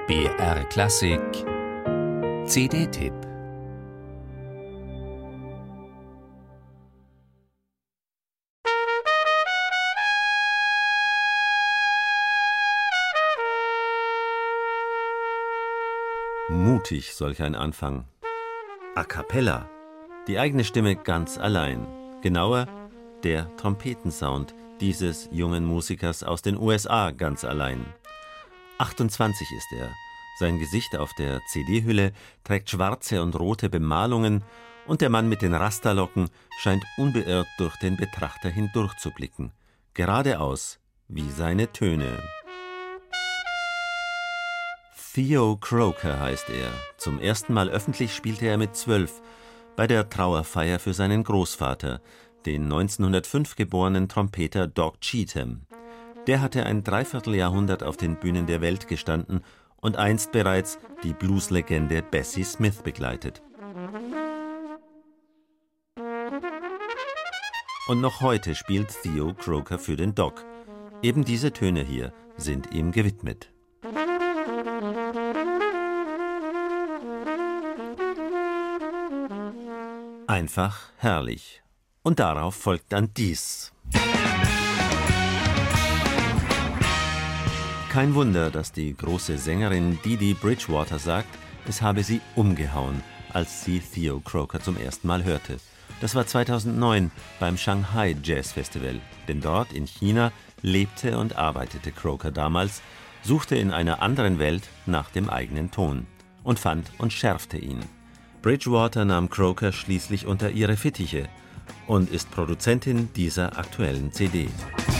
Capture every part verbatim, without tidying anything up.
B R Klassik C D-Tipp. Mutig solch ein Anfang. A cappella. Die eigene Stimme ganz allein. Genauer, der Trompetensound dieses jungen Musikers aus den U S A ganz allein. achtundzwanzig ist er. Sein Gesicht auf der C D-Hülle trägt schwarze und rote Bemalungen und der Mann mit den Rasterlocken scheint unbeirrt durch den Betrachter hindurchzublicken. Geradeaus, wie seine Töne. Theo Croker heißt er. Zum ersten Mal öffentlich spielte er mit zwölf bei der Trauerfeier für seinen Großvater, den neunzehnhundertfünf geborenen Trompeter Doc Cheatham. Der hatte ein Dreivierteljahrhundert auf den Bühnen der Welt gestanden und einst bereits die Blueslegende Bessie Smith begleitet. Und noch heute spielt Theo Croker für den Doc. Eben diese Töne hier sind ihm gewidmet. Einfach herrlich. Und darauf folgt dann dies. Kein Wunder, dass die große Sängerin Dee Dee Bridgewater sagt, es habe sie umgehauen, als sie Theo Croker zum ersten Mal hörte. Das war zweitausendneun beim Shanghai Jazz Festival, denn dort in China lebte und arbeitete Croker damals, suchte in einer anderen Welt nach dem eigenen Ton und fand und schärfte ihn. Bridgewater nahm Croker schließlich unter ihre Fittiche und ist Produzentin dieser aktuellen C D.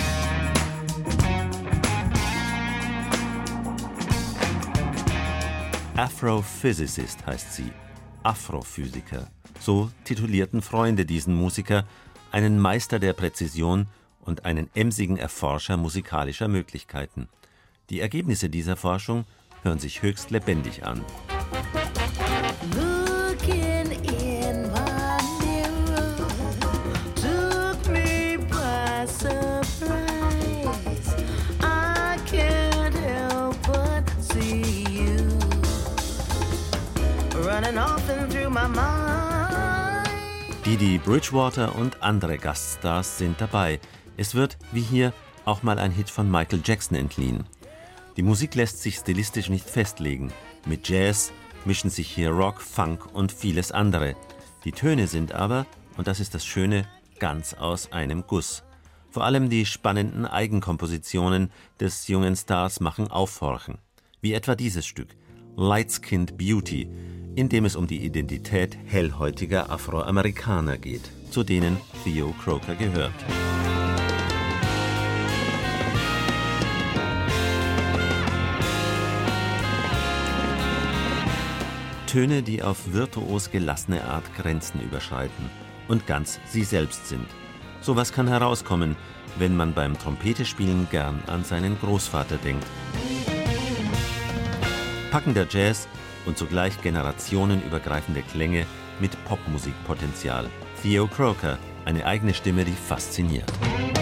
Afrophysicist heißt sie, Afrophysiker. So titulierten Freunde diesen Musiker, einen Meister der Präzision und einen emsigen Erforscher musikalischer Möglichkeiten. Die Ergebnisse dieser Forschung hören sich höchst lebendig an. Dee Dee Bridgewater und andere Gaststars sind dabei. Es wird, wie hier, auch mal ein Hit von Michael Jackson entliehen. Die Musik lässt sich stilistisch nicht festlegen. Mit Jazz mischen sich hier Rock, Funk und vieles andere. Die Töne sind aber, und das ist das Schöne, ganz aus einem Guss. Vor allem die spannenden Eigenkompositionen des jungen Stars machen aufhorchen. Wie etwa dieses Stück, Light-Skinned Beauty, in dem es um die Identität hellhäutiger Afroamerikaner geht, zu denen Theo Croker gehört. Töne, die auf virtuos gelassene Art Grenzen überschreiten und ganz sie selbst sind. Sowas kann herauskommen, wenn man beim Trompetespielen gern an seinen Großvater denkt. Packender Jazz und zugleich generationenübergreifende Klänge mit Popmusikpotenzial. Theo Croker, eine eigene Stimme, die fasziniert.